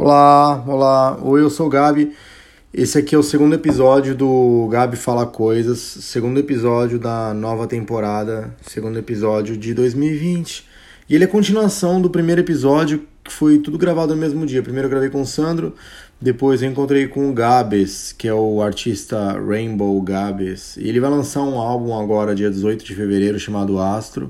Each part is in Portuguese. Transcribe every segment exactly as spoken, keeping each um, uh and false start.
Olá, olá. Oi, eu sou o Gabi. Esse aqui é o segundo episódio do Gabi Fala Coisas, segundo episódio da nova temporada, segundo episódio de dois mil e vinte. E ele é continuação do primeiro episódio, que foi tudo gravado no mesmo dia. Primeiro eu gravei com o Sandro, depois eu encontrei com o Gabes, que é o artista Rainbow Gabes. E ele vai lançar um álbum agora, dia dezoito de fevereiro, chamado Astro.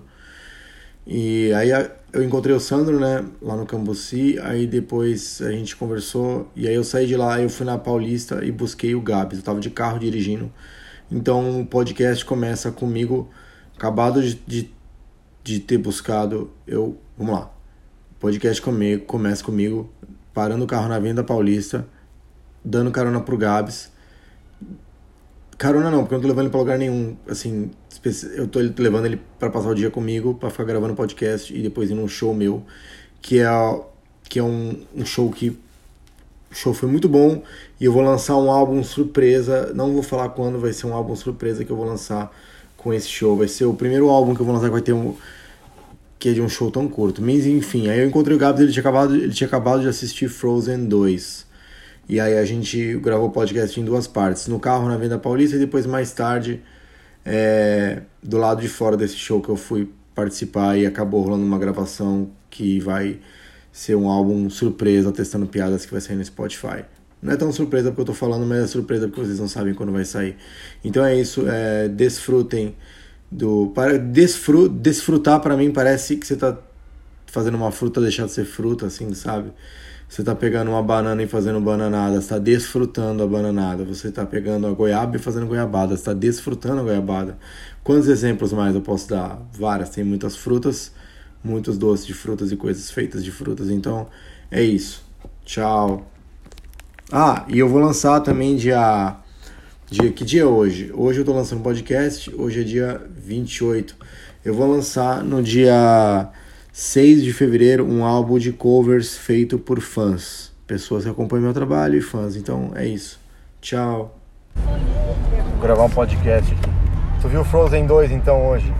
E aí eu encontrei o Sandro, né, lá no Cambuci, aí depois a gente conversou, e aí eu saí de lá, eu fui na Paulista e busquei o Gabs, eu tava de carro dirigindo. Então o podcast começa comigo, acabado de, de, de ter buscado, eu, vamos lá, o podcast comigo, começa comigo, parando o carro na Avenida Paulista, dando carona pro Gabs. Carona não, porque eu não tô levando ele pra lugar nenhum, assim, eu tô levando ele pra passar o dia comigo, pra ficar gravando podcast e depois ir num show meu, que é, que é um, um show que, o show foi muito bom, e eu vou lançar um álbum surpresa, não vou falar quando, vai ser um álbum surpresa que eu vou lançar com esse show, vai ser o primeiro álbum que eu vou lançar que vai ter um, que é de um show tão curto, mas enfim, aí eu encontrei o Gabs, ele tinha acabado, ele tinha acabado de assistir Frozen dois, e aí a gente gravou o podcast em duas partes, no carro na Avenida Paulista e depois mais tarde é, do lado de fora desse show que eu fui participar, e acabou rolando uma gravação que vai ser um álbum surpresa, testando piadas, que vai sair no Spotify. Não é tão surpresa porque eu tô falando, mas é surpresa porque vocês não sabem quando vai sair. Então é isso, é, desfrutem do... Para, desfru, desfrutar pra mim parece que você tá fazendo uma fruta deixar de ser fruta, assim, sabe? Você tá pegando uma banana e fazendo bananada, você tá desfrutando a bananada. Você tá pegando a goiaba e fazendo goiabada, você tá desfrutando a goiabada. Quantos exemplos mais eu posso dar? Várias, tem muitas frutas, muitos doces de frutas e coisas feitas de frutas. Então, é isso. Tchau. Ah, e eu vou lançar também dia... dia que dia é hoje? Hoje eu tô lançando um podcast, hoje é dia vinte e oito. Eu vou lançar no dia seis de fevereiro um álbum de covers feito por fãs, pessoas que acompanham meu trabalho e fãs. Então é isso, tchau. Vou gravar um podcast aqui. Tu viu Frozen dois então hoje?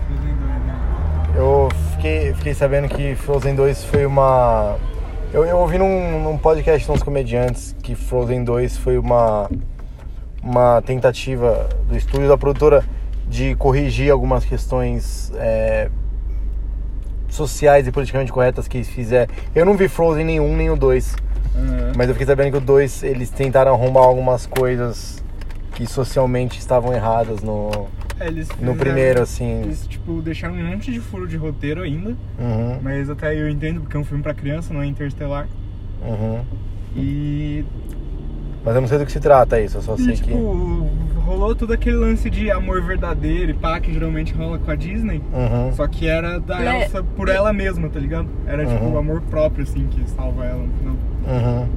Eu fiquei, fiquei sabendo que Frozen dois foi uma... Eu, eu ouvi num, num podcast de uns comediantes que Frozen dois foi uma, uma tentativa do estúdio, da produtora, de corrigir algumas questões é, sociais e politicamente corretas que fizer. Eu não vi Frozen nenhum, nem o dois. Uhum. Mas eu fiquei sabendo que o dois, eles tentaram arrumar algumas coisas que socialmente estavam erradas no, é, eles no primeiro, assim. Eles, tipo, deixaram um monte de furo de roteiro ainda. Uhum. Mas até eu entendo, porque é um filme pra criança, não é Interestelar. Uhum. E... Mas eu não sei do que se trata isso, eu só e, sei tipo, que... rolou todo aquele lance de amor verdadeiro e pá, que geralmente rola com a Disney. Uhum. Só que era da Le... Elsa por ela mesma, tá ligado? Era uhum. tipo o amor próprio, assim, que salva ela no final. Uhum.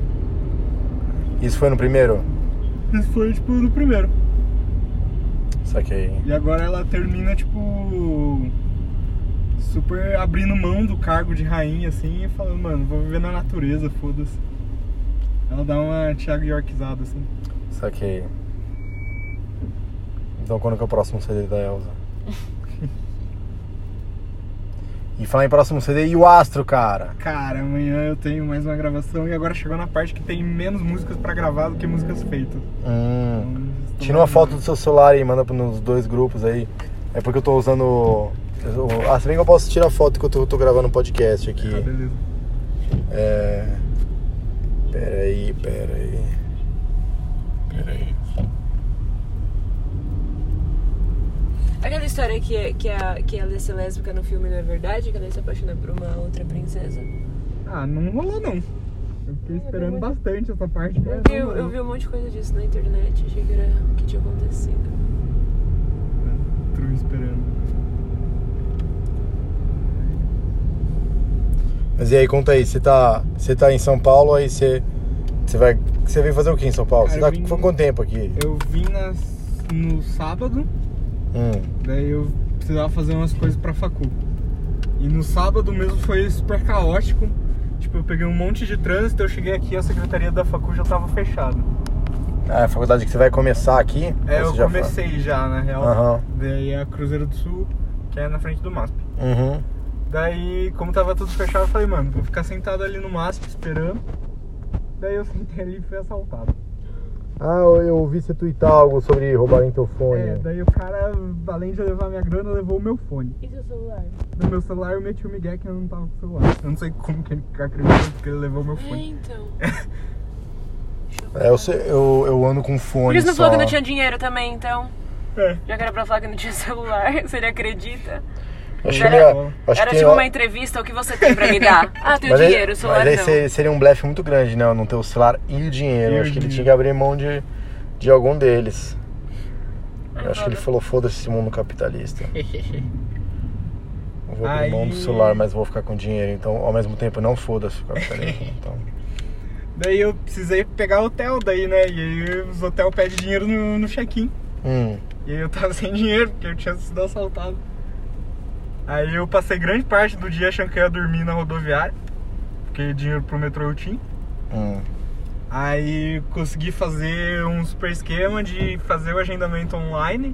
Isso foi no primeiro? Isso foi, tipo, no primeiro. Saquei. E agora ela termina, tipo... super abrindo mão do cargo de rainha, assim, e falando, mano, vou viver na natureza, foda-se. Ela dá uma Thiago Yorkizada, assim. Saquei. Então quando que é o próximo C D da Elsa? E falar em próximo C D, e o Astro, cara? Cara, amanhã eu tenho mais uma gravação e agora chegou na parte que tem menos músicas pra gravar do que músicas feitas. Hum. Então, tira uma foto do seu celular e manda nos dois grupos aí. É porque eu tô usando... Ah, se bem que eu posso tirar foto que eu tô, eu tô gravando um podcast aqui. Ah, beleza. É... Pera aí, pera aí. Pera aí. Aquela história que, que, a, que ela ia ser lésbica no filme não é verdade? Que ela ia se apaixonar por uma outra princesa? Ah, não rolou não. Eu fiquei esperando é, bastante essa parte. Eu vi, eu, eu vi um monte de coisa disso na internet, achei que era o que tinha acontecido. É, True esperando. Mas e aí, conta aí, você tá, você tá em São Paulo, aí você, você vai, você veio fazer o que em São Paulo? Cara, você tá, vim, foi quanto tempo aqui? Eu vim nas, no sábado, hum. daí eu precisava fazer umas coisas pra facu. E no sábado mesmo foi super caótico, tipo, eu peguei um monte de trânsito, eu cheguei aqui, a secretaria da facu já tava fechada. Ah, a faculdade que você vai começar aqui? É, eu já comecei foi? já, na real. Uhum. Daí é a Cruzeiro do Sul, que é na frente do M A S P. Uhum. Daí, como tava tudo fechado, eu falei, mano, vou ficar sentado ali no M A S P esperando. Daí eu sentei ali e fui assaltado. Ah, eu ouvi você twittar algo sobre roubarem teu fone. É, daí o cara, além de levar minha grana, levou o meu fone. E seu celular? No meu celular eu meti o Miguel que eu não tava com o celular. Eu não sei como que ele acreditou porque ele levou o meu É, fone. então. É, eu, sei, eu, eu ando com fone. Por isso não só. falou que não tinha dinheiro também, então. É. Já que era pra falar que não tinha celular, se ele acredita. Acho Era- que, ele- acho Era que tipo ele- uma entrevista, o que você tem pra me dar? Ah, tenho Mas aí- dinheiro, o celular Mas aí não. seria, seria um blefe muito grande, né? Não ter o celular e o dinheiro. E o acho que ele dinheiro. tinha que abrir mão de, de algum deles. Ah, Eu acho que ele foda. falou, foda-se esse mundo capitalista. Eu vou abrir Aí- mão do celular, mas vou ficar com dinheiro. Então, ao mesmo tempo, não foda-se o capitalismo. Então, Daí eu precisei pegar hotel daí, né? E aí os hotéis pedem dinheiro no, no check-in. hum, E aí eu tava sem dinheiro, porque eu tinha sido assaltado. Aí eu passei grande parte do dia achando que eu ia dormir na rodoviária, porque dinheiro pro metrô eu tinha. hum. Aí consegui fazer um super esquema de fazer o agendamento online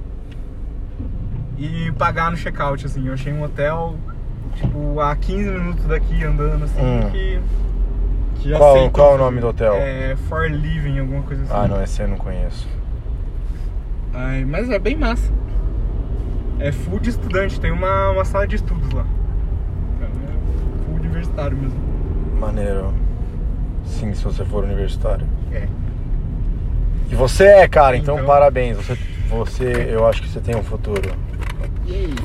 e pagar no check-out, assim. Eu achei um hotel, tipo, a quinze minutos daqui andando, assim, Hum. que, que Qual- aceitou qual é o fazer. nome do hotel? É For Living, alguma coisa assim. Ah, não, esse eu não conheço. Ai, mas é bem massa. É full de estudante, tem uma, uma sala de estudos lá. É full universitário mesmo. Maneiro. Sim, se você for universitário. É. E você é, cara, então, Então- parabéns. Você, você, eu acho que você tem um futuro. E aí?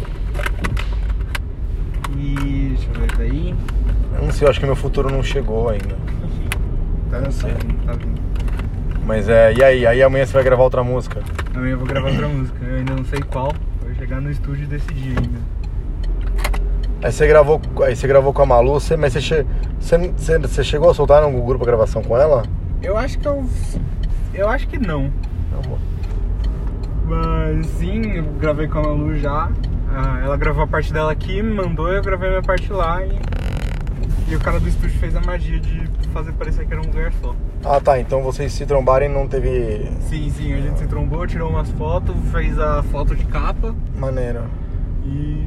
E deixa eu ver daí. Eu não sei, eu acho que meu futuro não chegou ainda. Tá, Não sei. tá vindo, tá vindo. Mas é, e aí? Aí amanhã você vai gravar outra música? Amanhã eu vou gravar outra música, eu ainda não sei qual. Vou chegar no estúdio e decidir ainda. Aí você gravou, aí você gravou com a Malu, você, mas você, che, você, você, você chegou a soltar no grupo a gravação com ela? Eu acho que eu. Eu acho que não. Não, amor. Mas sim, eu gravei com a Malu já. Ah, ela gravou a parte dela aqui, me mandou, eu gravei a minha parte lá e. E o cara do estúdio fez a magia de fazer parecer que era um lugar só. Ah, tá, então vocês se trombarem não teve Sim, sim, a gente se trombou, tirou umas fotos, fez a foto de capa maneira. e.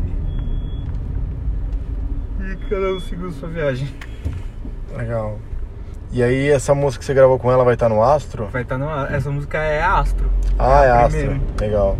E cada um seguiu sua viagem. Legal. E aí essa música que você gravou com ela vai estar no Astro? Vai estar no. Essa música é Astro. Ah, é a Astro. primeira Legal.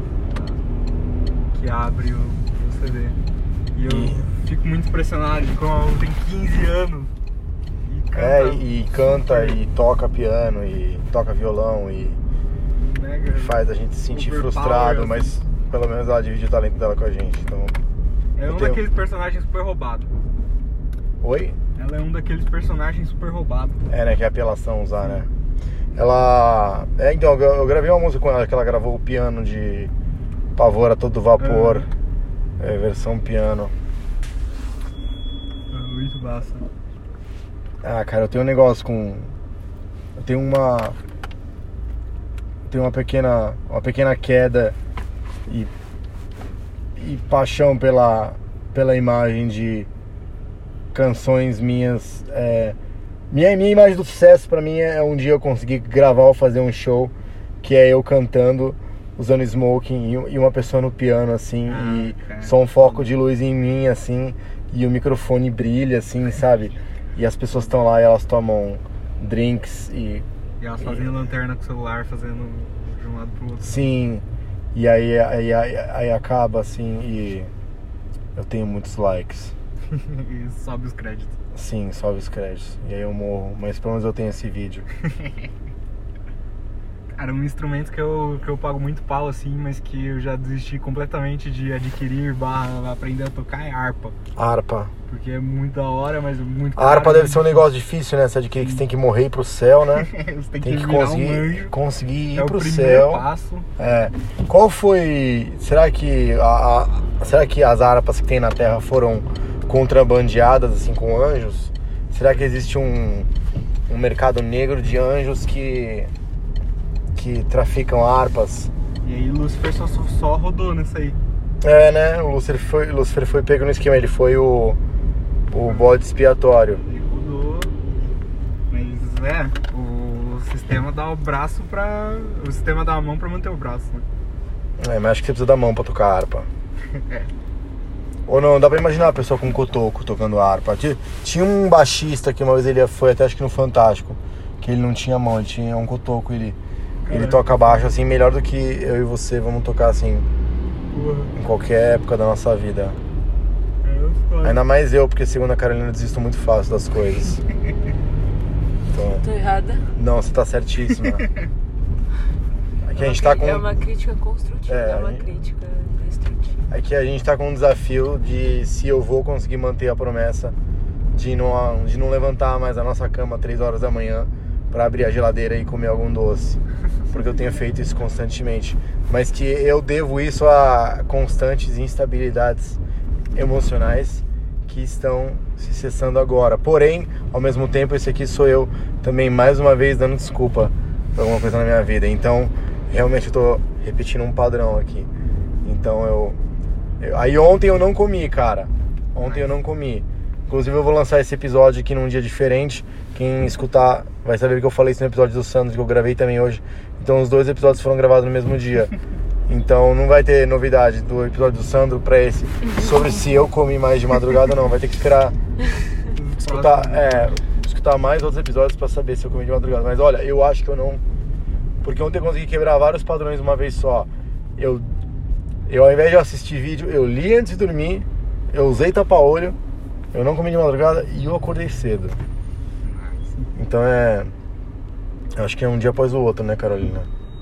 Que abre o, o C D. E eu E- fico muito impressionado de como ela tem quinze anos. E canta. É, e, e canta super e toca piano e toca violão e mega faz a gente se sentir overpower, frustrado, assim. mas pelo menos ela divide o talento dela com a gente. Então. É eu um tenho- daqueles personagens super roubados. Oi? Ela é um daqueles personagens super roubados. É, né? Que é apelação usar, né? Ela. É, então, eu eu gravei uma música com ela que ela gravou o piano de Pavor a Todo Vapor. É, versão piano. Muito massa. Ah, cara, eu tenho um negócio com. Eu tenho uma. Eu tenho uma pequena. Uma pequena queda e. E paixão pela. Pela imagem de canções minhas. É, minha, minha imagem do sucesso pra mim é um dia eu conseguir gravar ou fazer um show que é eu cantando, usando smoking e, e uma pessoa no piano, assim, Ah, e cara. só um foco de luz em mim, assim, e o microfone brilha, assim, sabe? E as pessoas estão lá e elas tomam drinks e E elas fazem lanterna com o celular, fazendo de um lado pro outro. sim, e aí, aí, aí, aí acaba assim e eu tenho muitos likes. E sobe os créditos. Sim, sobe os créditos. E aí eu morro, mas pelo menos eu tenho esse vídeo. Cara, um instrumento que eu, que eu pago muito pau, assim, mas que eu já desisti completamente de adquirir, barra, aprender a tocar, é harpa. Harpa. Porque é muito da hora, mas muito A harpa caro, deve né? ser um negócio difícil, né? Você adquirir que você tem que morrer e ir pro céu, né? Você tem que, Tem que virar conseguir, um anjo. conseguir ir É o pro primeiro céu. passo. É. Qual foi. Será que a, a- será que as harpas que tem na Terra foram contrabandeadas assim com anjos? Será que existe um, um mercado negro de anjos que que traficam harpas? E aí Lucifer só, só, só rodou nessa aí. É, né? O Lucifer foi, o Lucifer foi pego no esquema. Ele foi o o bode expiatório. Ele rodou. Mas é, o sistema dá o braço pra. O sistema dá a mão pra manter o braço, né? É, mas acho que você precisa da mão pra tocar harpa. É. Ou não, dá pra imaginar a pessoa com cotoco tocando harpa. Ti- Tinha um baixista que uma vez ele foi até acho que no Fantástico. que ele não tinha mão, ele tinha um cotoco, ele, ele toca baixo assim melhor do que eu e você vamos tocar assim em qualquer época da nossa vida. Ainda mais eu, porque segundo a Carolina eu desisto muito fácil das coisas. Então, Tô errada? não, você tá certíssima. Aqui a gente tá com... É uma crítica construtiva, É, é uma a gente- crítica destrutiva. Aqui a gente tá com um desafio de se eu vou conseguir manter a promessa de não, de não levantar mais a nossa cama às três horas da manhã pra abrir a geladeira e comer algum doce. Porque eu tenho feito isso constantemente. Mas que eu devo isso a constantes instabilidades emocionais que estão se cessando agora. Porém, ao mesmo tempo, esse aqui sou eu também, mais uma vez, dando desculpa por alguma coisa na minha vida. Então, realmente eu tô repetindo um padrão aqui. Então, eu... eu aí ontem eu não comi, cara. Ontem eu não comi. Inclusive, eu vou lançar esse episódio aqui num dia diferente. Quem escutar vai saber que eu falei isso no episódio do Sandro, que eu gravei também hoje. Então, os dois episódios foram gravados no mesmo dia. Então não vai ter novidade do episódio do Sandro pra esse sobre se eu comi mais de madrugada ou não. Vai ter que esperar escutar, é, escutar mais outros episódios pra saber se eu comi de madrugada. Mas olha, eu acho que eu não... Porque ontem eu consegui quebrar vários padrões de uma vez só. Eu, eu ao invés de assistir vídeo, eu li antes de dormir, eu usei tapa-olho, eu não comi de madrugada e eu acordei cedo. Então é... Acho que é um dia após o outro, né, Carolina?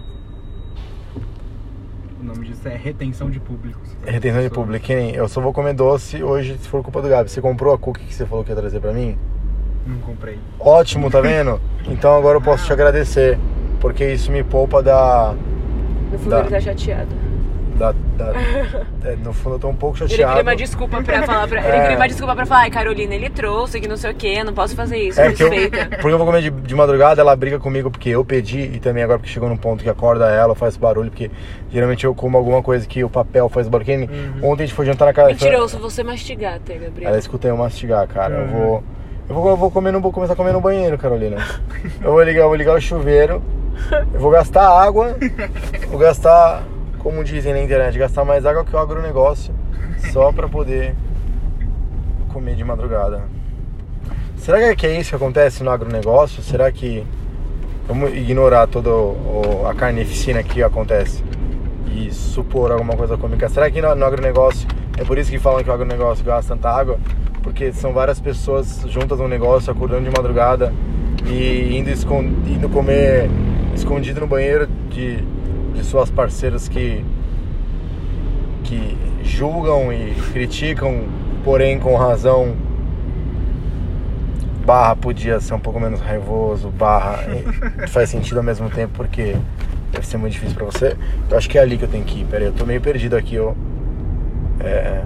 O nome disso é retenção de público. É retenção de público. Que nem eu só vou comer doce hoje se for culpa do Gabi. Você comprou a cookie que você falou que ia trazer pra mim? Não comprei. Ótimo, tá vendo? Então agora eu posso te agradecer, porque isso me poupa da... No fundo Da- ele tá chateado. da, da é, no fundo eu tô um pouco Ele chateado. queria uma desculpa pra falar pra... Ele É. queria uma desculpa pra falar, ai, Carolina, ele trouxe, que não sei o que, eu não posso fazer isso, É porque eu, respeita. porque eu vou comer de, de madrugada, ela briga comigo porque eu pedi e também agora porque chegou num ponto que acorda ela, faz barulho, porque geralmente eu como alguma coisa que o papel faz barulho. Que nem- Ontem a gente foi jantar na casa... Mentiroso, você mastigar até, Gabriel. Ela escuta eu mastigar, cara. Eu vou... Eu vou, eu vou comer no, vou começar a comer no banheiro, Carolina. Eu vou ligar, eu vou ligar o chuveiro. Eu vou gastar água. Vou gastar, como dizem na internet, gastar mais água que o agronegócio. Só pra poder comer de madrugada. Será que é isso que acontece no agronegócio? Será que... Vamos ignorar toda o- a carnificina que acontece e supor alguma coisa cômica. Será que no, no agronegócio é por isso que falam que o agronegócio gasta tanta água? Porque são várias pessoas juntas no negócio, acordando de madrugada e indo, escond... indo comer escondido no banheiro de, de suas parceiras que, que julgam e criticam, porém com razão. Barra podia ser um pouco menos raivoso, barra faz sentido ao mesmo tempo, porque deve ser muito difícil pra você. Eu acho que é ali que eu tenho que ir. Pera aí, eu tô meio perdido aqui, ó. É...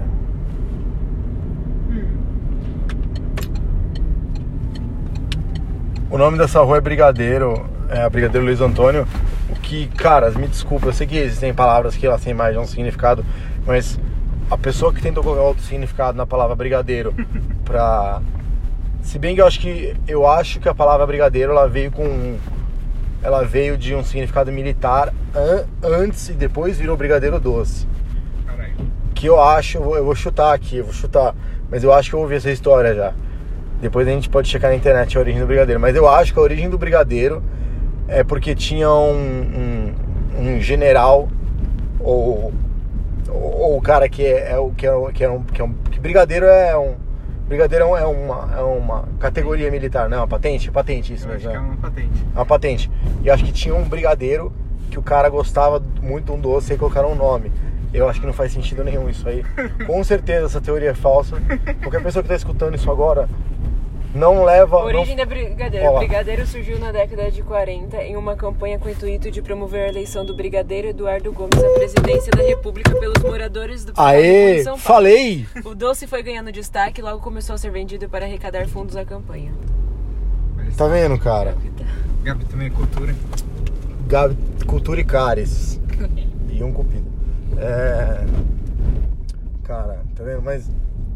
O nome dessa rua é Brigadeiro, é a Brigadeiro Luiz Antônio. O que, cara, me desculpa, eu sei que existem palavras que elas têm mais de um significado, mas a pessoa que tentou colocar outro significado na palavra brigadeiro pra... Se bem que eu acho que eu acho que a palavra brigadeiro ela veio com ela veio de um significado militar an, antes e depois virou brigadeiro doce. Caralho. Que eu acho, eu vou, eu vou chutar aqui, eu vou chutar, mas eu acho que eu ouvi essa história já. Depois a gente pode checar na internet a origem do brigadeiro, mas eu acho que a origem do brigadeiro é porque tinha um, um, um general ou ou o cara que é, é o que é, o- que é um que é um que brigadeiro é um brigadeiro é, um, é uma é uma categoria militar, não, é uma patente, é patente isso Eu acho mesmo. que é né? uma patente. É uma patente. E eu acho que tinha um brigadeiro que o cara gostava muito de um doce e colocaram um nome. Eu acho que não faz sentido nenhum isso aí. Com certeza essa teoria é falsa. Qualquer pessoa que está escutando isso agora não leva... Origem não... da Brigadeiro. Olá. O Brigadeiro surgiu na década de quarenta em uma campanha com o intuito de promover a eleição do Brigadeiro Eduardo Gomes à presidência da República pelos moradores do Pacaembu Aê! em São Paulo. Falei! O doce foi ganhando destaque e logo começou a ser vendido para arrecadar fundos à campanha. Tá vendo, cara? Gabi também é cultura. Gabi, cultura e cáries. E um cupido. É... Cara, tá vendo? Mas...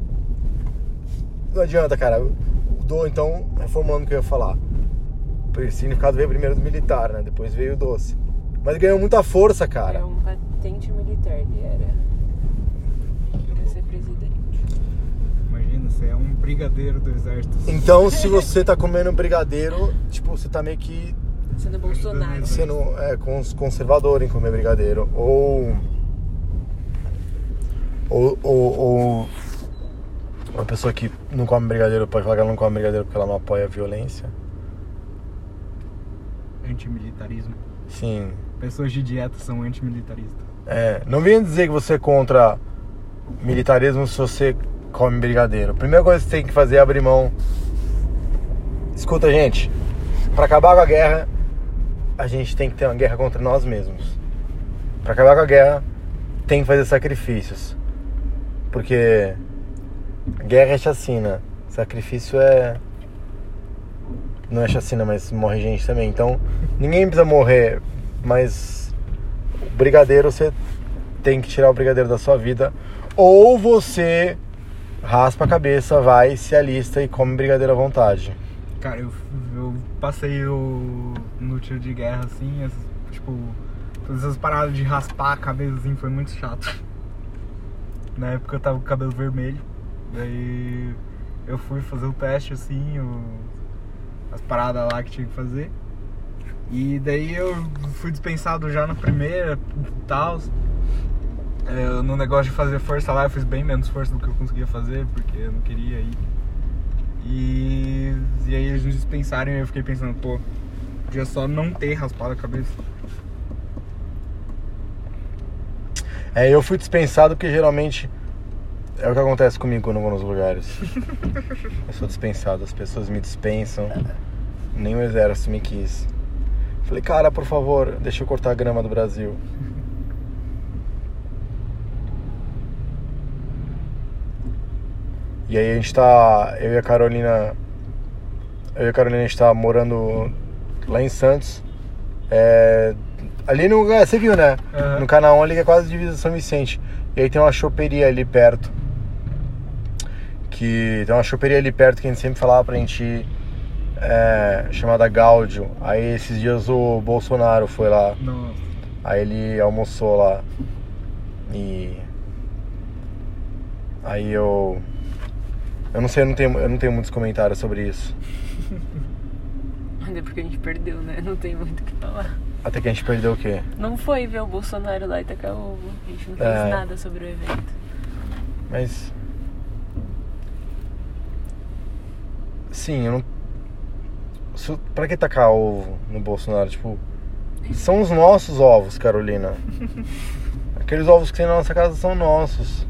Não adianta, cara. O do, então, reformulando o que eu ia falar. O significado veio primeiro do militar, né? Depois veio o doce. Mas ganhou muita força, cara. Era um patente militar, ele era. Queria ser presidente. Imagina Você é um brigadeiro do exército. Então, se você tá comendo brigadeiro, tipo, você tá meio que Sendo Bolsonaro. sendo é, cons- conservador em comer brigadeiro. Ou, ou, ou, ou uma pessoa que não come brigadeiro pode falar que ela não come brigadeiro porque ela não apoia a violência. Antimilitarismo. Sim. Pessoas de dieta são antimilitaristas. É, não venha dizer que você é contra militarismo se você come brigadeiro. A primeira coisa que você tem que fazer é abrir mão. Escuta, gente, pra acabar com a guerra, a gente tem que ter uma guerra contra nós mesmos. Pra acabar com a guerra, tem que fazer sacrifícios. Porque guerra é chacina, sacrifício é... não é chacina, mas morre gente também. Então, ninguém precisa morrer, mas o brigadeiro, você tem que tirar o brigadeiro da sua vida. Ou você raspa a cabeça, vai, se alista e come brigadeiro à vontade. Cara, eu, eu passei o, no tiro de guerra, assim, as, tipo, todas essas paradas de raspar a cabeça, assim, foi muito chato. Na época eu tava com o cabelo vermelho, daí eu fui fazer o teste, assim, o, as paradas lá que tinha que fazer. E daí eu fui dispensado já na primeira e tal. É, no negócio de fazer força lá, eu fiz bem menos força do que eu conseguia fazer, porque eu não queria ir. E, e aí eles me dispensaram e eu fiquei pensando, pô, podia só não ter raspado a cabeça. É, eu fui dispensado porque geralmente é o que acontece comigo quando eu vou nos lugares. Eu sou dispensado, as pessoas me dispensam, nem o exército me quis. Falei, cara, por favor, deixa eu cortar a grama do Brasil. E aí a gente tá, eu e a Carolina, eu e a Carolina a gente tá morando lá em Santos, é, ali no, você viu, né? Uhum. No Canaã ali que é quase divisa São Vicente. E aí tem uma choperia ali perto, que tem uma choperia ali perto que a gente sempre falava pra gente ir, é, chamada Gáudio. Aí esses dias o Bolsonaro foi lá, Nossa. aí ele almoçou lá e aí eu eu não sei, eu não tenho, eu não tenho muitos comentários sobre isso. Até porque a gente perdeu, né? Não tem muito o que falar. Até que a gente perdeu o quê? Não foi ver o Bolsonaro lá e tacar ovo. A gente não fez É. nada sobre o evento. Mas sim, eu não. Isso- Pra que tacar ovo no Bolsonaro? Tipo, são os nossos ovos, Carolina. Aqueles ovos que tem na nossa casa são nossos.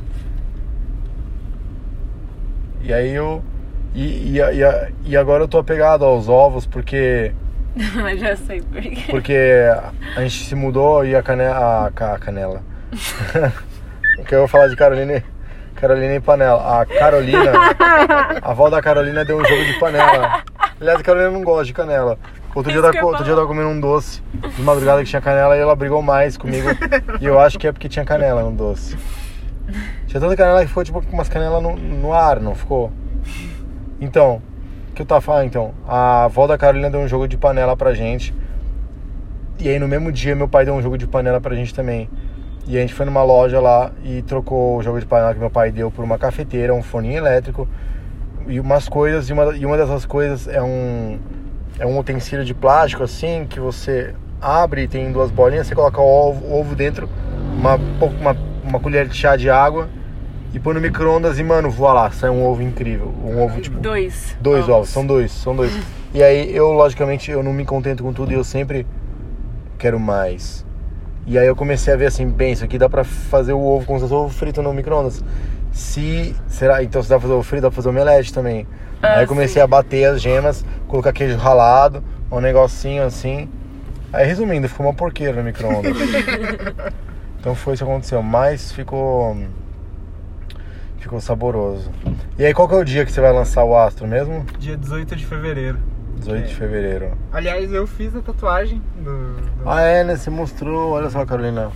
E aí eu. E, e, e, e agora eu tô apegado aos ovos porque. Mas já sei por quê. Porque a gente se mudou e a canela. A, ca- a canela. Que eu vou falar de Carolina. Carolina e panela. A Carolina. A avó da Carolina deu um jogo de panela. Aliás, a Carolina não gosta de canela. Outro dia, eu Isso tava, que eu outro dia eu falo. tava comendo um doce de madrugada que tinha canela e ela brigou mais comigo. E eu acho que é porque tinha canela no doce. Tinha tanta canela que ficou tipo com umas canelas no, no ar, não ficou? Então, o que eu tava falando então? A avó da Carolina deu um jogo de panela pra gente. E aí no mesmo dia meu pai deu um jogo de panela pra gente também. E a gente foi numa loja lá e trocou o jogo de panela que meu pai deu por uma cafeteira, um forninho elétrico e umas coisas. E uma, e uma dessas coisas é um, é um utensílio de plástico assim, que você abre e tem duas bolinhas, você coloca o ovo, o ovo dentro, uma, uma, uma colher de chá de água e põe no micro-ondas e, mano, voa lá, sai um ovo incrível. Um ovo tipo... Dois. Dois ovos, são dois, são dois. E aí eu, logicamente, eu não me contento com tudo e eu sempre quero mais. E aí eu comecei a ver assim, bem, isso aqui dá pra fazer o ovo como se fosse ovo frito no micro-ondas. Se, será? Então se dá pra fazer ovo frito, dá pra fazer omelete também. Ah, aí eu comecei sim. a bater as gemas, colocar queijo ralado, um negocinho assim. Aí resumindo, ficou uma porqueira no micro-ondas. Então foi isso que aconteceu, mas ficou... Ficou saboroso. E aí qual que é o dia que você vai lançar o Astro mesmo? Dia dezoito de fevereiro. dezoito de É. fevereiro. Aliás, eu fiz a tatuagem do... do... Ah é, né? Você mostrou, olha só, Carolina.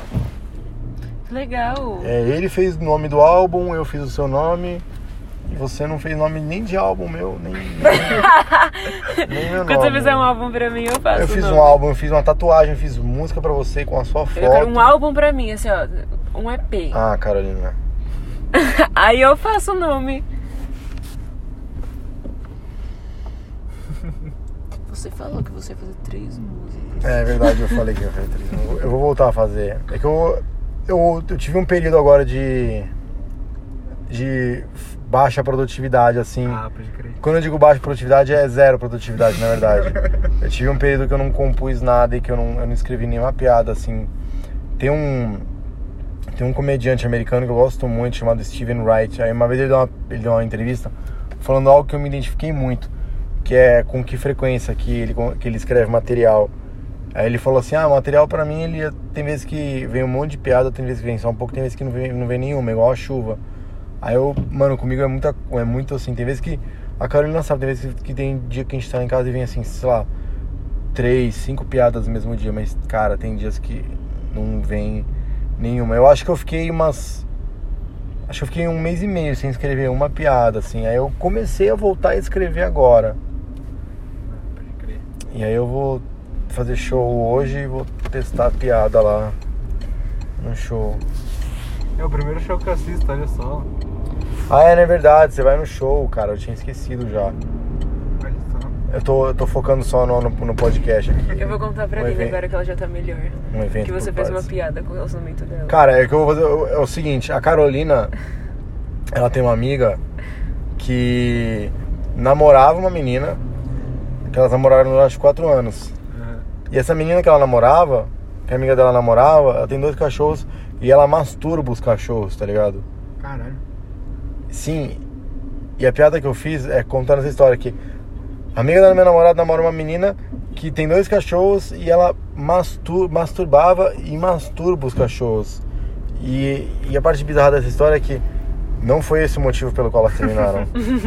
Legal. É, ele fez o nome do álbum, eu fiz o seu nome. E você não fez nome nem de álbum meu, nem, nem, nem meu nome. Quando você fizer um álbum pra mim, eu faço Eu fiz o um nome. álbum, eu fiz uma tatuagem, eu fiz música pra você com a sua foto. Eu quero um álbum pra mim, assim, ó. Um E P. Ah, Carolina. Aí eu faço o nome. Você falou que você ia fazer três músicas. É verdade, eu falei que ia fazer três músicas. Eu vou voltar a fazer. É que eu, eu, eu tive um período agora de... de baixa produtividade, assim. Ah, pode crer. Quando eu digo baixa produtividade, é zero produtividade, na verdade. Eu tive um período que eu não compus nada e que eu não, eu não escrevi nenhuma piada, assim. Tem um... Tem um comediante americano que eu gosto muito, chamado Steven Wright. Aí uma vez ele deu uma, ele deu uma entrevista falando algo que eu me identifiquei muito, que é com que frequência que ele, que ele escreve material. Aí ele falou assim, ah, material pra mim, ele tem vezes que vem um monte de piada, tem vezes que vem só um pouco, tem vezes que não vem, não vem nenhuma, igual a chuva. Aí eu, mano, comigo é, muita, é muito assim, tem vezes que, a Carolina sabe, tem vezes que tem dia que a gente tá em casa e vem assim, sei lá, três, cinco piadas no mesmo dia, mas, cara, tem dias que não vem nenhuma. Eu acho que eu fiquei umas... Acho que eu fiquei um mês e meio sem escrever uma piada, assim. Aí eu comecei a voltar a escrever agora. Pode crer. E aí eu vou fazer show hoje e vou testar a piada lá no show. É o primeiro show que eu assisto, olha só. Ah, é, não é verdade. Você vai no show, cara. Eu tinha esquecido já. Olha só. Eu tô, eu tô focando só no, no, no podcast aqui. Eu vou contar pra Um Lívia evento. agora que ela já tá melhor. Um evento Que você por fez partes. uma piada com o relacionamento dela. Cara, é que eu vou fazer. É o seguinte, a Carolina, ela tem uma amiga que namorava uma menina, que elas namoraram durante quatro anos. Uhum. E essa menina que ela namorava, que a amiga dela namorava, ela tem dois cachorros e ela masturba os cachorros, tá ligado? Caralho. Sim. E a piada que eu fiz é contando essa história que a amiga da minha namorada namora uma menina que tem dois cachorros e ela mastur- masturbava e masturba os cachorros. E, e a parte bizarra dessa história é que não foi esse o motivo pelo qual elas terminaram.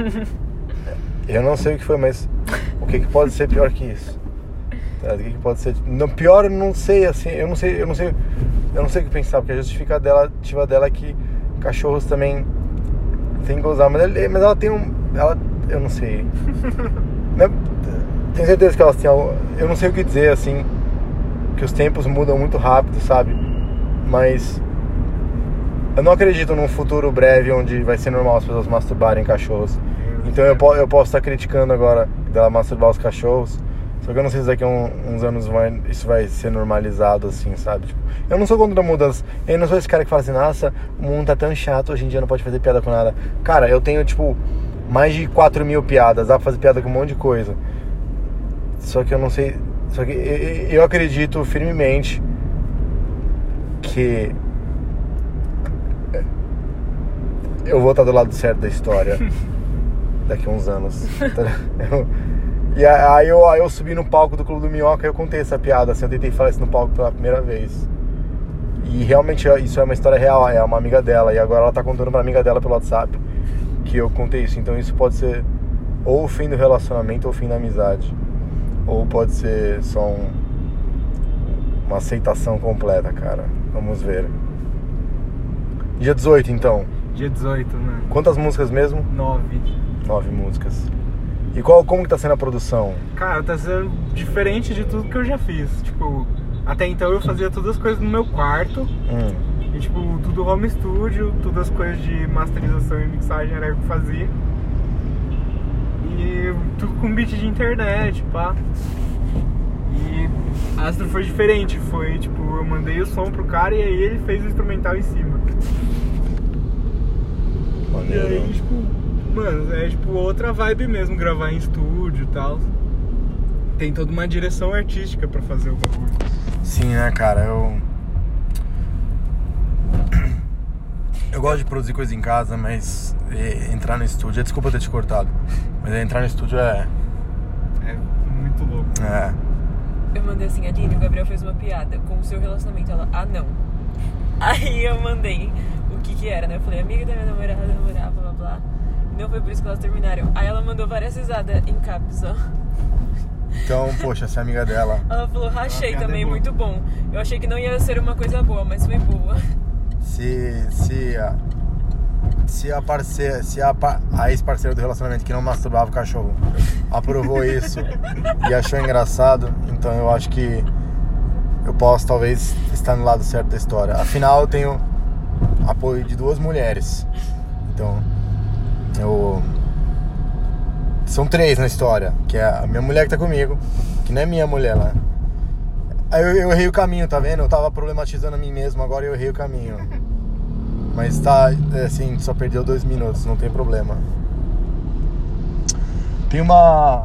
Eu não sei o que foi, mas o que, que pode ser pior que isso? Tá? O que, que pode ser... Não, pior eu não sei, assim, eu não sei, eu não sei, eu não sei o que pensar, porque a justificativa dela, justificativa dela é que cachorros também tem que gozar, mas, ela- mas ela tem um... Ela, eu não sei. Não, tenho certeza que elas têm algo... Eu não sei o que dizer, assim, que os tempos mudam muito rápido, sabe? Mas eu não acredito num futuro breve onde vai ser normal as pessoas masturbarem cachorros. Então eu, po- eu posso estar criticando agora dela masturbar os cachorros, só que eu não sei se daqui a um- uns anos vai, isso vai ser normalizado, assim, sabe? Tipo, eu não sou contra mudanças. Eu não sou esse cara que fala assim, nossa, o mundo tá tão chato, hoje em dia não pode fazer piada com nada. Cara, eu tenho, tipo, mais de quatro mil piadas, dá pra fazer piada com um monte de coisa. Só que eu não sei... Só que eu, eu acredito firmemente que eu vou estar do lado certo da história daqui a uns anos. Eu, e aí eu, aí eu subi no palco do Clube do Minhoca e eu contei essa piada, assim, eu tentei falar isso no palco pela primeira vez. E realmente isso é uma história real, é uma amiga dela, e agora ela tá contando pra amiga dela pelo WhatsApp que eu contei isso. Então isso pode ser ou o fim do relacionamento ou o fim da amizade. Ou pode ser só um, uma aceitação completa, cara. Vamos ver. Dia dezoito, então. Dia dezoito, né? Quantas músicas mesmo? nove. Nove músicas. E qual, como que tá sendo a produção? Cara, tá sendo diferente de tudo que eu já fiz. Tipo, até então eu fazia todas as coisas no meu quarto. Hum. E tipo, tudo home studio, todas as coisas de masterização e mixagem era eu que fazia. E tudo com beat de internet, pá. E Astro foi diferente, foi tipo, eu mandei o som pro cara e aí ele fez o instrumental em cima. E Maneiro. aí, tipo, mano, é tipo outra vibe mesmo, gravar em estúdio e tal. Tem toda uma direção artística pra fazer o bagulho. Sim, né, cara? Eu. Eu gosto de produzir coisa em casa, mas é, entrar no estúdio. Desculpa ter te cortado, mas é, entrar no estúdio é. É muito louco. É. Eu mandei assim, Aline, o Gabriel fez uma piada com o seu relacionamento. Ela, ah, não. Aí eu mandei o que que era, né? Eu falei, amiga da minha namorada, namorava, blá, blá, blá. Não foi por isso que elas terminaram. Aí ela mandou várias risadas em caps, ó. Então, poxa, essa é amiga dela. Ela falou, rachei A piada também, é boa. muito bom. Eu achei que não ia ser uma coisa boa, mas foi boa. Se. Se a. Se a parceira. Se a, pa- a ex-parceira do relacionamento que não masturbava o cachorro aprovou isso e achou engraçado, então eu acho que eu posso talvez estar no lado certo da história. Afinal, eu tenho apoio de duas mulheres. Então, eu. São três na história, que é a minha mulher que tá comigo, que não é minha mulher lá. Aí eu, eu errei o caminho, tá vendo? Eu tava problematizando a mim mesmo, agora eu errei o caminho. Mas tá, assim, só perdeu dois minutos, não tem problema. Tem uma...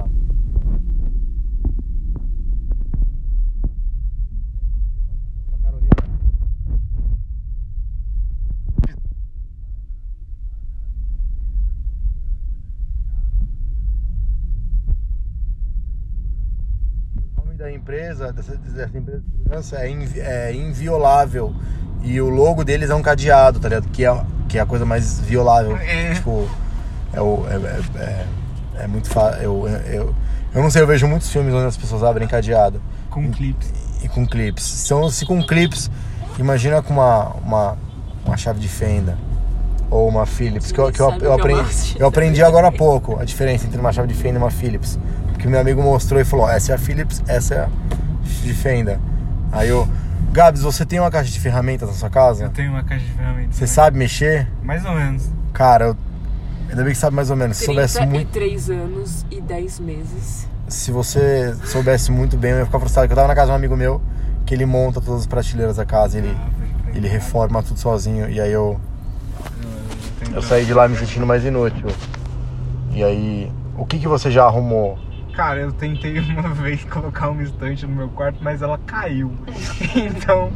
da empresa, dessa, dessa empresa de segurança é, invi, é inviolável. E o logo deles é um cadeado, tá ligado? Que é, que é a coisa mais violável. É. Tipo, é, o, é, é, é muito fácil. Eu, eu, eu não sei, eu vejo muitos filmes onde as pessoas abrem cadeado. Com e, clips. E com clips. Então, se com clips, imagina com uma, uma, uma chave de fenda. Ou uma Phillips. Que eu, que eu, eu, aprendi, eu aprendi agora há pouco a diferença entre uma chave de fenda e uma Phillips. Porque meu amigo mostrou e falou, essa é a Phillips, essa é a de fenda. Aí eu, Gabs, você tem uma caixa de ferramentas na sua casa? Eu tenho uma caixa de ferramentas. Você sabe mexer? Mais ou menos. Cara, eu, ainda bem que sabe mais ou menos. Se soubesse muito... três anos e dez meses. Se você soubesse muito bem, eu ia ficar frustrado. Porque eu tava na casa de um amigo meu, que ele monta todas as prateleiras da casa, ele, ah, ele reforma tudo sozinho. E aí eu... Eu, eu saí de lá me sentindo mais inútil. E aí, o que que você já arrumou? Cara, eu tentei uma vez colocar uma estante no meu quarto, mas ela caiu. Então...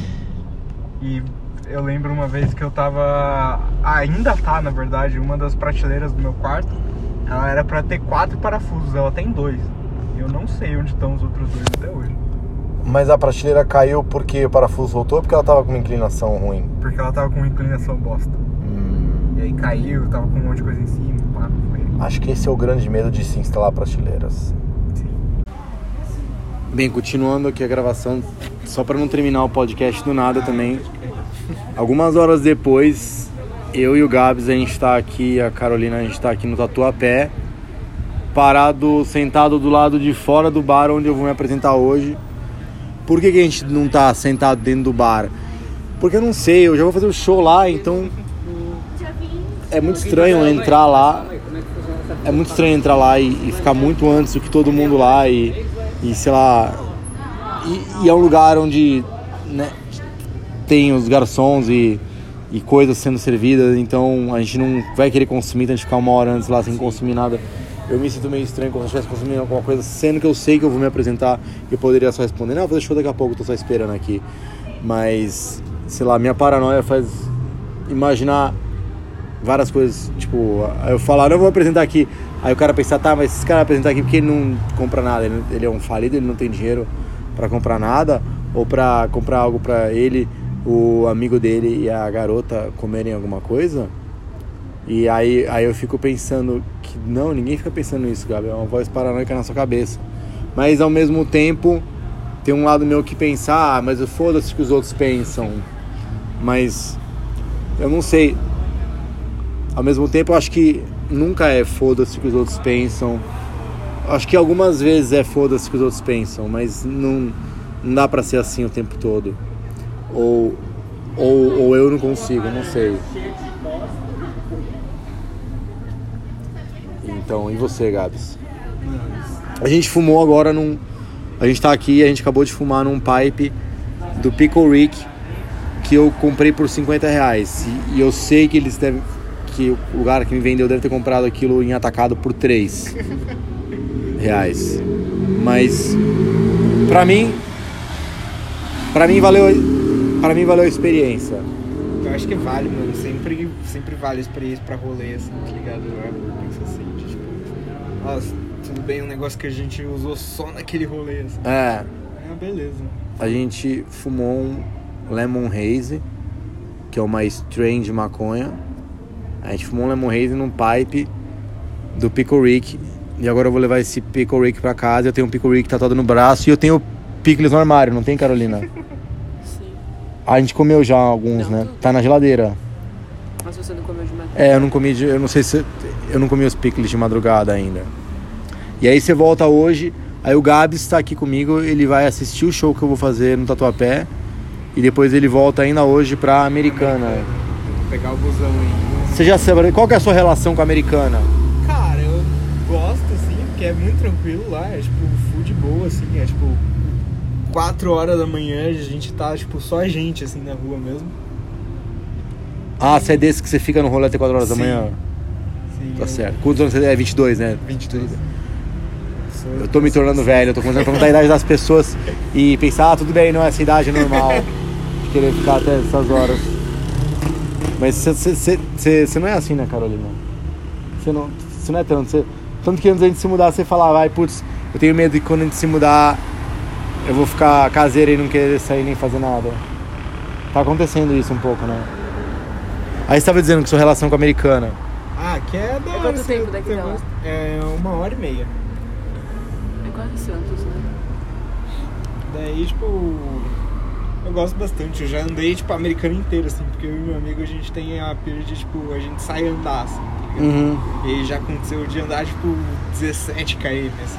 E eu lembro uma vez que eu tava... Ainda tá, na verdade, uma das prateleiras do meu quarto. Ela era pra ter quatro parafusos, ela tem dois. Eu não sei onde estão os outros dois até hoje. Mas a prateleira caiu porque o parafuso voltou ou porque ela tava com uma inclinação ruim? Porque ela tava com uma inclinação bosta. Hum. E aí caiu, tava com um monte de coisa em cima, pá, foi. Acho que esse é o grande medo de se instalar prateleiras. Sim. Bem, continuando aqui a gravação, só para não terminar o podcast do nada também. Algumas horas depois, eu e o Gabs, a gente tá aqui, a Carolina, a gente tá aqui no Tatuapé, parado, sentado do lado de fora do bar onde eu vou me apresentar hoje. Por que que a gente não tá sentado dentro do bar? Porque eu não sei, eu já vou fazer o show lá, então é muito estranho entrar lá. É muito estranho entrar lá e, e ficar muito antes do que todo mundo lá e, e sei lá. E, e é um lugar onde, né, tem os garçons e, e coisas sendo servidas, então a gente não vai querer consumir, então a gente ficar uma hora antes lá sem consumir nada. Eu me sinto meio estranho como se eu estivesse consumindo alguma coisa, sendo que eu sei que eu vou me apresentar e eu poderia só responder, não, vou fazer show daqui a pouco, tô só esperando aqui. Mas, sei lá, minha paranoia faz imaginar várias coisas, tipo, eu falar, não vou apresentar aqui, aí o cara pensar, tá, mas esse cara vai apresentar aqui porque ele não compra nada, ele, ele é um falido, ele não tem dinheiro pra comprar nada, ou pra comprar algo pra ele, o amigo dele e a garota comerem alguma coisa. E aí, aí eu fico pensando que não, ninguém fica pensando nisso, Gabi, é uma voz paranoica na sua cabeça. Mas ao mesmo tempo tem um lado meu que pensa, ah, mas foda-se o que os outros pensam. Mas eu não sei. Ao mesmo tempo eu acho que nunca é foda-se o que os outros pensam. Acho que algumas vezes é foda-se o que os outros pensam, mas não, não dá pra ser assim o tempo todo. Ou, ou, ou eu não consigo, não sei. Então, e você, Gabs? A gente fumou agora num... A gente tá aqui, a gente acabou de fumar num pipe do Pickle Rick que eu comprei por cinquenta reais. E, e eu sei que eles devem... que o lugar que me vendeu deve ter comprado aquilo em atacado por três reais. Mas pra mim pra mim valeu pra mim valeu a experiência. Eu acho que vale, mano. Sempre, sempre vale a experiência pra rolê, assim, tá ligado? Eu penso assim, tipo, nossa, tudo bem, um negócio que a gente usou só naquele rolê, assim. É. É, beleza. A gente fumou um Lemon Haze, que é uma strain de maconha. A gente fumou um Lemon Haze num pipe do Pickle Rick. E agora eu vou levar esse Pickle Rick pra casa. Eu tenho um Pickle Rick tatuado no braço. E eu tenho picles no armário, não tem, Carolina? Sim. A gente comeu já alguns, não, né? Tá na geladeira. Mas você não comeu de madrugada? É, eu não comi de, eu não sei se... Eu não comi os picles de madrugada ainda. E aí você volta hoje. Aí o Gabs está aqui comigo. Ele vai assistir o show que eu vou fazer no Tatuapé. E depois ele volta ainda hoje pra Americana. Vou pegar o busão aí. Você já sabe, qual que é a sua relação com a Americana? Cara, eu gosto, que é muito tranquilo lá, é tipo full de boa, assim, é tipo quatro horas da manhã, a gente tá tipo só a gente assim na rua mesmo. Ah, você é desse que você fica no rolê até quatro horas Sim. da manhã? Sim, Tá eu- certo. Quantos anos você é? vinte e dois, né? vinte e dois. Sou- Eu tô me tornando velho, eu tô começando a perguntar a idade das pessoas e pensar, ah, tudo bem, não, essa idade é normal. De querer ficar até essas horas. Mas você não é assim, né, Carolina? Você não, você não é tanto. Cê, tanto que antes da gente se mudar, você falava, vai, putz, eu tenho medo de que quando a gente se mudar, eu vou ficar caseiro e não querer sair nem fazer nada. Tá acontecendo isso um pouco, né? Aí você tava dizendo que sua relação com a americana. Ah, que é da É hora, quanto assim, tempo eu daqui tenho pra lá? gosto- É uma hora e meia. É quase Santos, né? Daí, tipo, eu gosto bastante. Eu já andei, tipo, a americana inteira, assim, porque eu e meu amigo, a gente tem a pira de, tipo, a gente sai andar, assim, tá ligado? Uhum. E aí já aconteceu de andar, tipo, dezessete quilômetros, assim.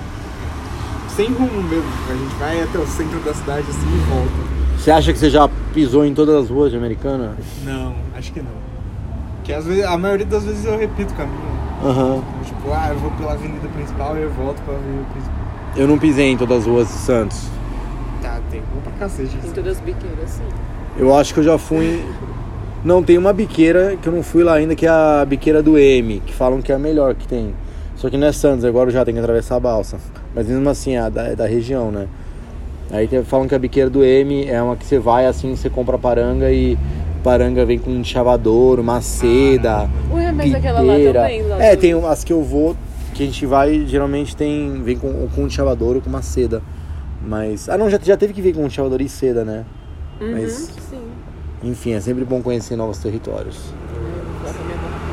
Sem rumo mesmo. A gente vai até o centro da cidade, assim, e volta. Você acha que você já pisou em todas as ruas de Americana? Não, acho que não. Porque às vezes, a maioria das vezes eu repito o caminho. Aham. Tipo, ah, eu vou pela avenida principal e eu volto pra avenida principal. Eu não pisei em todas as ruas de Santos. Tá, tem rua pra cacete. Tem assim. todas as biqueiras, sim. Eu acho que eu já fui... Não, tem uma biqueira que eu não fui lá ainda, que é a biqueira do M, que falam que é a melhor que tem. Só que não é Santos, agora já tem que atravessar a balsa. Mas mesmo assim, é da, é da região, né? Aí tem- falam que a biqueira do M é uma que você vai assim, você compra paranga e paranga vem com um chavador, uma seda, Ué, mas aquela lá piteira. também, lá É, do- tem umas que eu vou, que a gente vai, geralmente tem, vem com, com um chavador ou com uma seda. Mas, ah não, já, já teve que vir com um chavador e seda, né? Uhum, Mas, sim. enfim, é sempre bom conhecer novos territórios. Lá pra minha avó.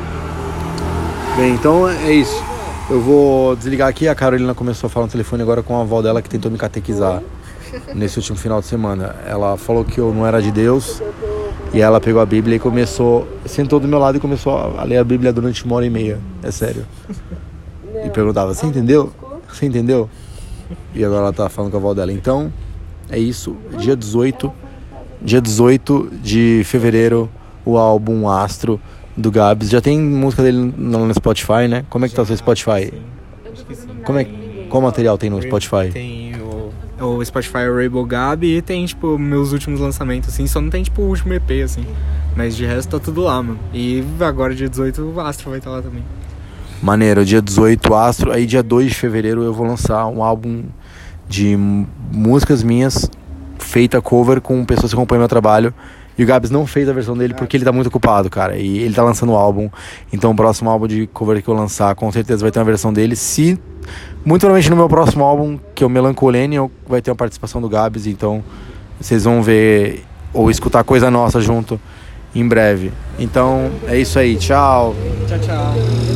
Bem, então é isso. Eu vou desligar aqui. A Carolina começou a falar no telefone agora com a avó dela que tentou me catequizar nesse último final de semana. Ela falou que eu não era de Deus e ela pegou a Bíblia e começou, sentou do meu lado e começou a ler a Bíblia durante uma hora e meia. É sério. E perguntava, você entendeu? Você entendeu? E agora ela tá falando com a avó dela. Então, é isso. Dia dezoito, dia dezoito de fevereiro, o álbum Astro do Gabs. Já tem música dele no no Spotify, né? Como é que tá o seu Spotify? Sim, acho que sim. Como é, qual material tem no Spotify? Tem o, o Spotify Rainbow Gabi e tem, tipo, meus últimos lançamentos, assim. Só não tem, tipo, o último E P, assim. Mas de resto tá tudo lá, mano. E agora, dia dezoito, o Astro vai estar lá também. Maneiro, dia dezoito, Astro. Aí dia dois de fevereiro eu vou lançar um álbum de m- músicas minhas, feita cover com pessoas que acompanham meu trabalho. E o Gabs não fez a versão dele porque ele tá muito ocupado, cara. E ele tá lançando o álbum. Então o próximo álbum de cover que eu lançar, com certeza vai ter uma versão dele. Se, muito provavelmente no meu próximo álbum, que é o Melancolenia, vai ter uma participação do Gabs. Então vocês vão ver ou escutar coisa nossa junto em breve. Então é isso aí, tchau. Tchau, tchau.